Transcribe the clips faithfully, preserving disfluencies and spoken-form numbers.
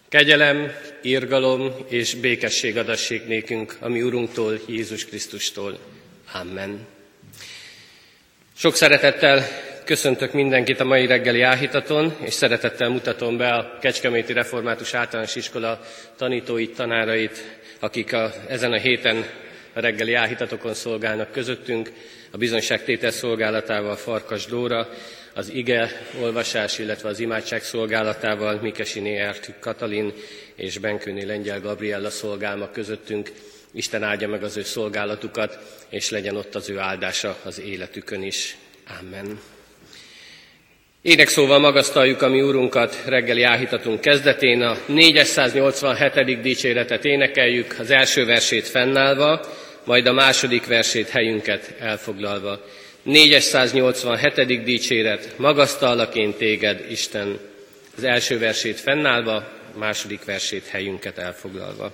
Kegyelem, irgalom és békesség adassék nékünk, a mi Urunktól, Jézus Krisztustól. Amen. Sok szeretettel köszöntök mindenkit a mai reggeli áhítaton, és szeretettel mutatom be a Kecskeméti Református Általános Iskola tanítóit, tanárait, akik a, ezen a héten a reggeli áhítatokon szolgálnak közöttünk, a bizonyságtétel szolgálatával Farkas Dóra, az ige olvasás, illetve az imádság szolgálatával Mikesiné Ertük Katalin és Benkőné Lengyel Gabriella szolgálma közöttünk. Isten áldja meg az ő szolgálatukat, és legyen ott az ő áldása az életükön is. Amen. Énekszóval magasztaljuk a mi Urunkat reggeli áhítatunk kezdetén. A négyszáznyolcvanhetedik dicséretet énekeljük, az első versét fennállva, majd a második versét helyünket elfoglalva. négyszáznyolcvanhetedik dicséret, magasztallak én téged, Isten. Az első versét fennállva, a második versét helyünket elfoglalva.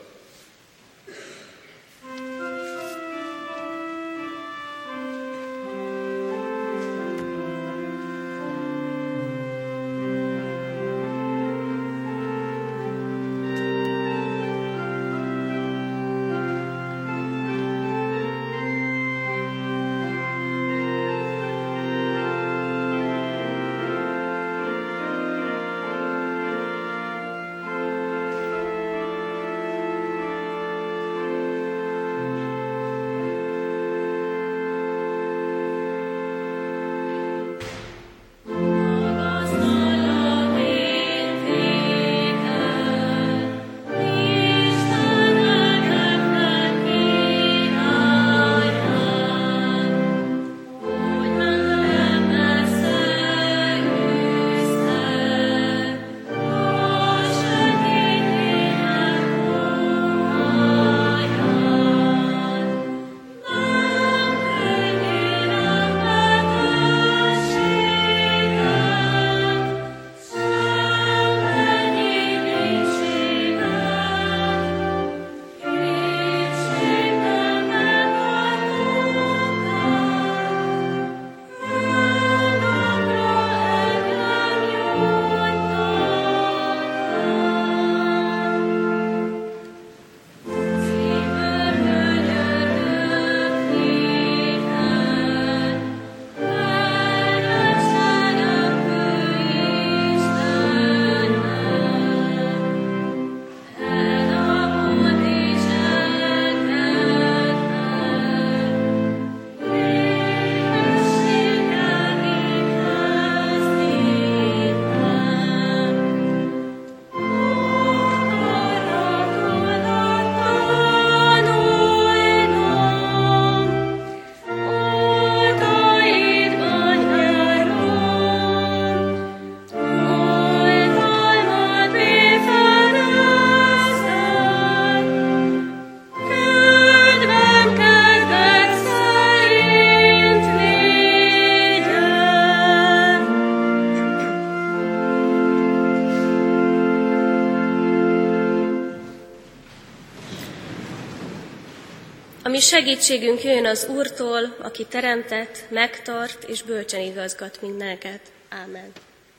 Mi segítségünk jöjjön az Úrtól, aki teremtett, megtart és bölcsen igazgat mindenket. Ámen.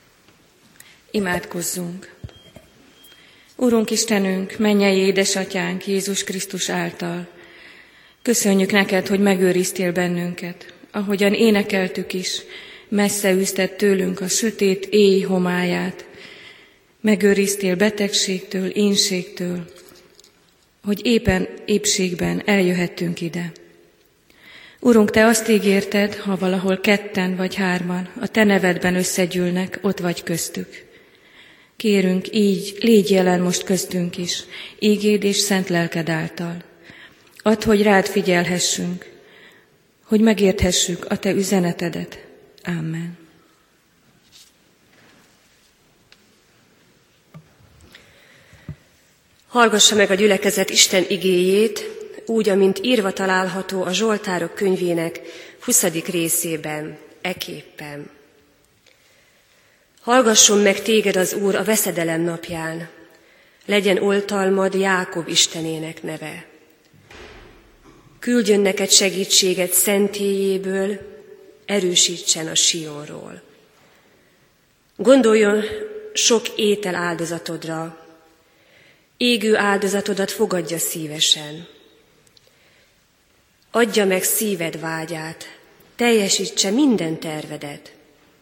Imádkozzunk! Urunk Istenünk, mennyei édesatyánk Jézus Krisztus által, köszönjük neked, hogy megőriztél bennünket, ahogyan énekeltük is, messze űzted tőlünk a sötét éj homályát, megőriztél betegségtől, énségtől, hogy éppen épségben eljöhettünk ide. Urunk, te azt ígérted, ha valahol ketten vagy hárman a te nevedben összegyűlnek, ott vagy köztük. Kérünk, így légy jelen most köztünk is, ígéd és szent lelked által. Add, hogy rád figyelhessünk, hogy megérthessük a te üzenetedet. Amen. Hallgassa meg a gyülekezet Isten igéjét, úgy, amint írva található a Zsoltárok könyvének huszadik részében, eképpen. Hallgasson meg téged az Úr a veszedelem napján, legyen oltalmad Jákob Istenének neve. Küldjön neked segítséget szentélyéből, erősítsen a Sionról. Gondoljon sok étel áldozatodra, égő áldozatodat fogadja szívesen. Adja meg szíved vágyát, teljesítse minden tervedet.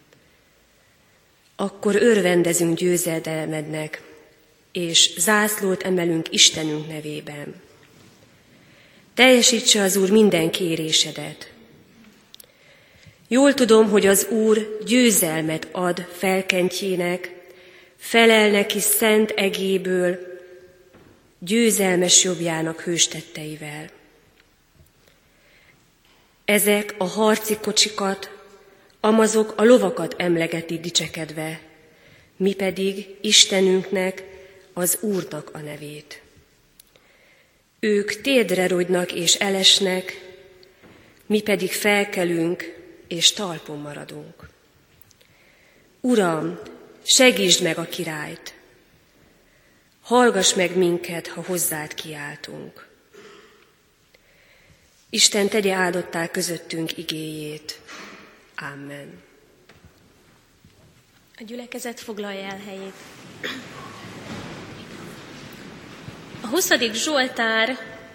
Akkor örvendezünk győzedelmednek, és zászlót emelünk Istenünk nevében. Teljesítse az Úr minden kérésedet. Jól tudom, hogy az Úr győzelmet ad felkentjének, felel neki szent egéből, győzelmes jobbjának hőstetteivel. Ezek a harci kocsikat, amazok a lovakat emlegeti dicsekedve, mi pedig Istenünknek, az Úrnak a nevét. Ők térdre rogynak és elesnek, mi pedig felkelünk és talpon maradunk. Uram, segítsd meg a királyt! Hallgass meg minket, ha hozzád kiáltunk. Isten tegye áldottá közöttünk igéjét. Amen. A gyülekezet foglalja el helyét. A huszadik Zsoltárból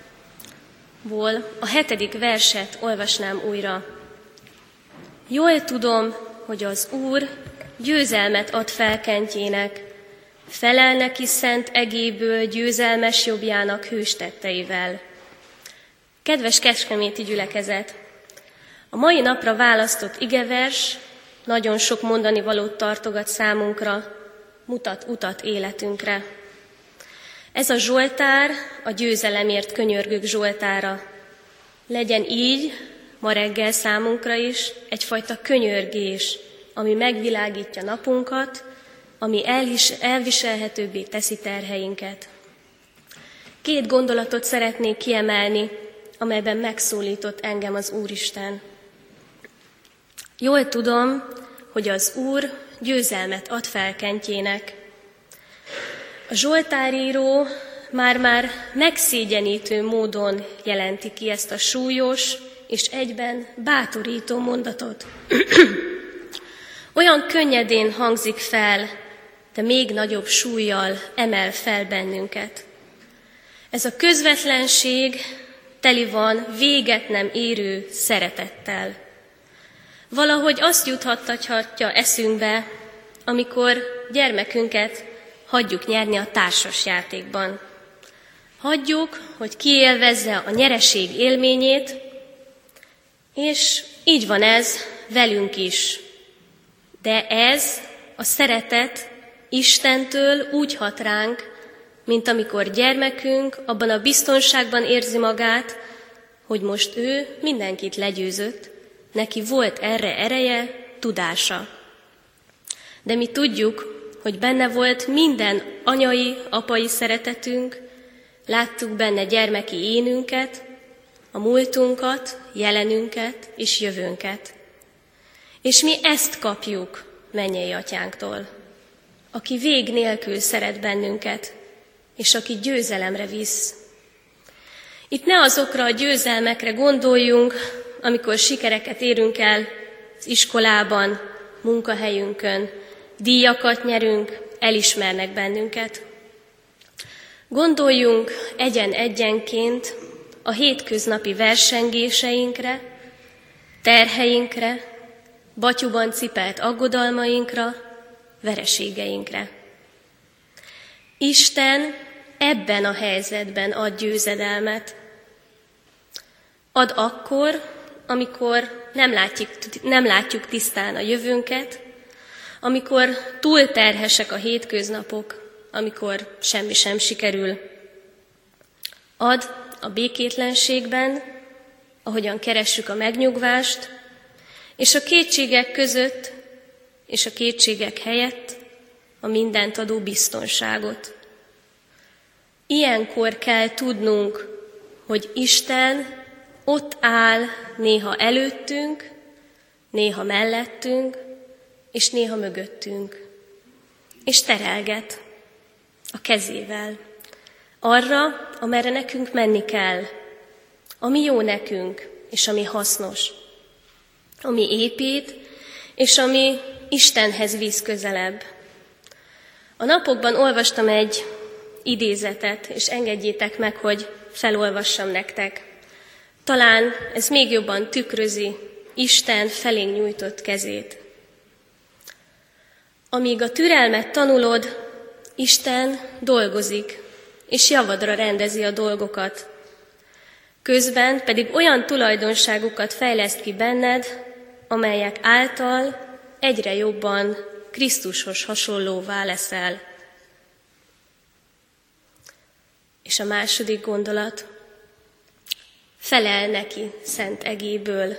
a hetedik verset olvasnám újra. Jól tudom, hogy az Úr győzelmet ad felkentjének, felel neki szent egéből győzelmes jobbjának hőstetteivel. Kedves kecskeméti gyülekezet! A mai napra választott igevers nagyon sok mondani valót tartogat számunkra, mutat utat életünkre. Ez a Zsoltár a győzelemért könyörgők Zsoltára. Legyen így ma reggel számunkra is egyfajta könyörgés, ami megvilágítja napunkat, ami elviselhetőbbé teszi terheinket. Két gondolatot szeretnék kiemelni, amelyben megszólított engem az Úristen. Jól tudom, hogy az Úr győzelmet ad felkentjének. A zsoltáríró már-már megszégyenítő módon jelenti ki ezt a súlyos és egyben bátorító mondatot. Olyan könnyedén hangzik fel, de még nagyobb súllyal emel fel bennünket. Ez a közvetlenség teli van véget nem érő szeretettel. Valahogy azt juthattatja eszünkbe, amikor gyermekünket hagyjuk nyerni a társasjátékban. Hagyjuk, hogy kiélvezze a nyereség élményét, és így van ez velünk is. De ez a szeretet Istentől úgy hat ránk, mint amikor gyermekünk abban a biztonságban érzi magát, hogy most ő mindenkit legyőzött, neki volt erre ereje, tudása. De mi tudjuk, hogy benne volt minden anyai, apai szeretetünk, láttuk benne gyermeki énünket, a múltunkat, jelenünket és jövőnket. És mi ezt kapjuk mennyei atyánktól, aki vég nélkül szeret bennünket, és aki győzelemre visz. Itt ne azokra a győzelmekre gondoljunk, amikor sikereket érünk el az iskolában, munkahelyünkön, díjakat nyerünk, elismernek bennünket. Gondoljunk egyen-egyenként a hétköznapi versengéseinkre, terheinkre, batyuban cipelt aggodalmainkra, vereségeinkre. Isten ebben a helyzetben ad győzedelmet. Ad akkor, amikor nem látjuk, nem látjuk tisztán a jövőnket, amikor túl terhesek a hétköznapok, amikor semmi sem sikerül. Ad a békétlenségben, ahogyan keressük a megnyugvást, és a kétségek között és a kétségek helyett a mindent adó biztonságot. Ilyenkor kell tudnunk, hogy Isten ott áll néha előttünk, néha mellettünk, és néha mögöttünk, és terelget a kezével arra, amerre nekünk menni kell, ami jó nekünk, és ami hasznos, ami épít, és ami Istenhez visz közelebb. A napokban olvastam egy idézetet, és engedjétek meg, hogy felolvassam nektek. Talán ez még jobban tükrözi Isten felénk nyújtott kezét. Amíg a türelmet tanulod, Isten dolgozik, és javadra rendezi a dolgokat. Közben pedig olyan tulajdonságokat fejleszt ki benned, amelyek által egyre jobban Krisztushoz hasonlóvá leszel. És a második gondolat, felel neki szent egéből.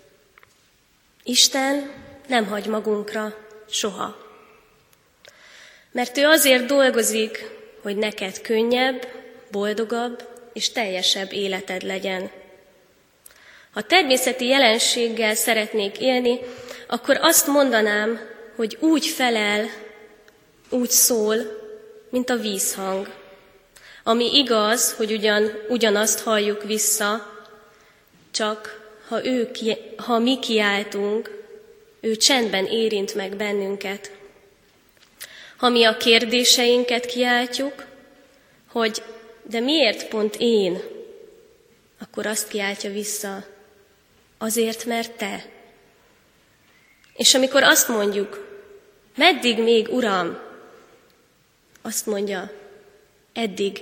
Isten nem hagy magunkra soha. Mert ő azért dolgozik, hogy neked könnyebb, boldogabb és teljesebb életed legyen. Ha természeti jelenséggel szeretnék élni, akkor azt mondanám, hogy úgy felel, úgy szól, mint a vízhang. Ami igaz, hogy ugyan, ugyanazt halljuk vissza, csak ha, ő, ha mi kiáltunk, ő csendben érint meg bennünket. Ha mi a kérdéseinket kiáltjuk, hogy de miért pont én, akkor azt kiáltja vissza, azért, mert te. És amikor azt mondjuk, meddig még, Uram, azt mondja, eddig.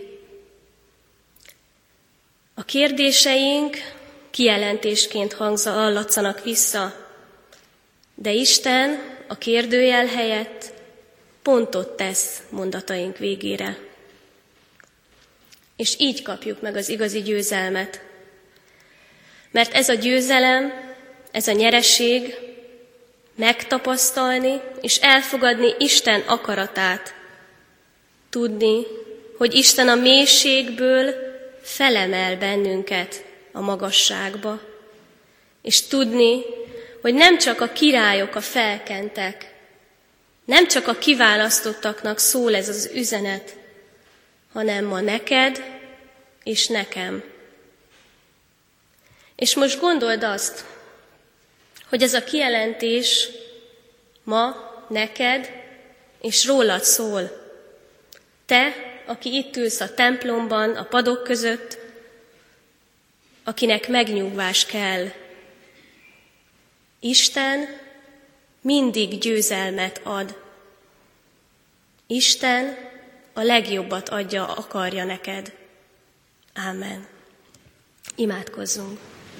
A kérdéseink kijelentésként hallatszanak vissza, de Isten a kérdőjel helyett pontot tesz mondataink végére. És így kapjuk meg az igazi győzelmet. Mert ez a győzelem, ez a nyereség megtapasztalni és elfogadni Isten akaratát. Tudni, hogy Isten a mélységből felemel bennünket a magasságba. És tudni, hogy nem csak a királyok a felkentek, nem csak a kiválasztottaknak szól ez az üzenet, hanem ma neked és nekem. És most gondold azt, hogy ez a kijelentés ma neked és rólad szól. Te, aki itt ülsz a templomban, a padok között, akinek megnyugvás kell. Isten mindig győzelmet ad. Isten a legjobbat adja, akarja neked. Ámen. Imádkozzunk.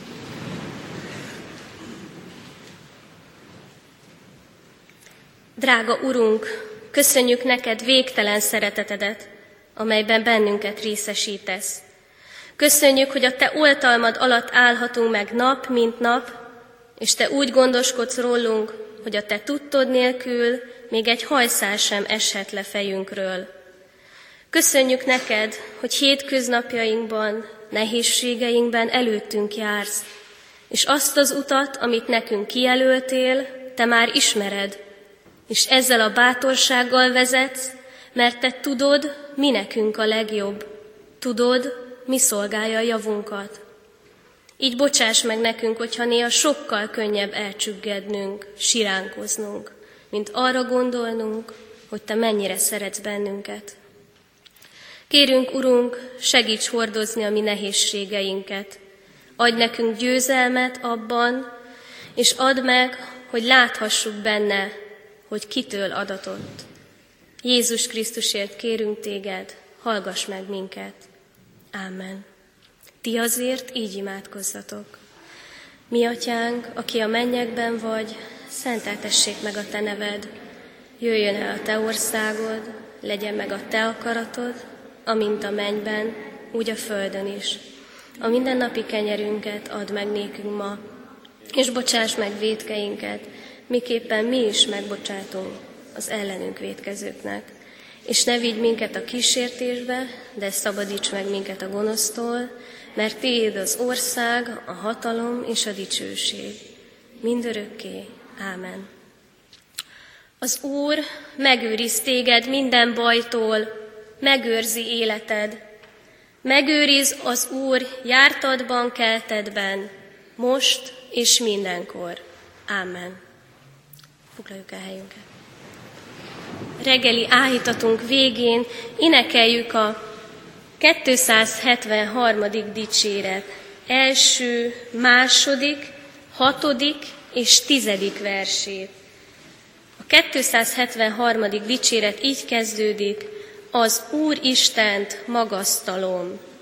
Drága Urunk, köszönjük neked végtelen szeretetedet, amelyben bennünket részesítesz. Köszönjük, hogy a te oltalmad alatt állhatunk meg nap, mint nap, és te úgy gondoskodsz rólunk, hogy a te tudtod nélkül még egy hajszál sem eshet le fejünkről. Köszönjük neked, hogy hétköznapjainkban, nehézségeinkben előttünk jársz, és azt az utat, amit nekünk kijelöltél, te már ismered, és ezzel a bátorsággal vezetsz, mert te tudod, mi nekünk a legjobb. Tudod, mi szolgálja a javunkat. Így bocsáss meg nekünk, hogyha néha sokkal könnyebb elcsüggednünk, siránkoznunk, mint arra gondolnunk, hogy te mennyire szeretsz bennünket. Kérünk, Urunk, segíts hordozni a mi nehézségeinket. Adj nekünk győzelmet abban, és add meg, hogy láthassuk benne, hogy kitől adatott. Jézus Krisztusért kérünk téged, hallgass meg minket. Ámen. Ti azért így imádkozzatok. Mi atyánk, aki a mennyekben vagy, szenteltessék meg a te neved. Jöjjön el a te országod, legyen meg a te akaratod, amint a mennyben, úgy a földön is. A mindennapi kenyerünket add meg nékünk ma, és bocsáss meg vétkeinket, miképpen mi is megbocsátunk az ellenünk vétkezőknek. És ne vigy minket a kísértésbe, de szabadíts meg minket a gonosztól, mert tiéd az ország, a hatalom és a dicsőség. Mindörökké. Ámen. Az Úr megőriz téged minden bajtól, megőrzi életed. Megőriz az Úr jártadban, keltedben, most és mindenkor. Ámen. Foglaljuk el helyünket. reggeli áhítatunk végén énekeljük a kétszázhetvenharmadik dicséret első, második, hatodik és tizedik versét. A kétszázhetvenharmadik dicséret így kezdődik: az Úr Istent magasztalom.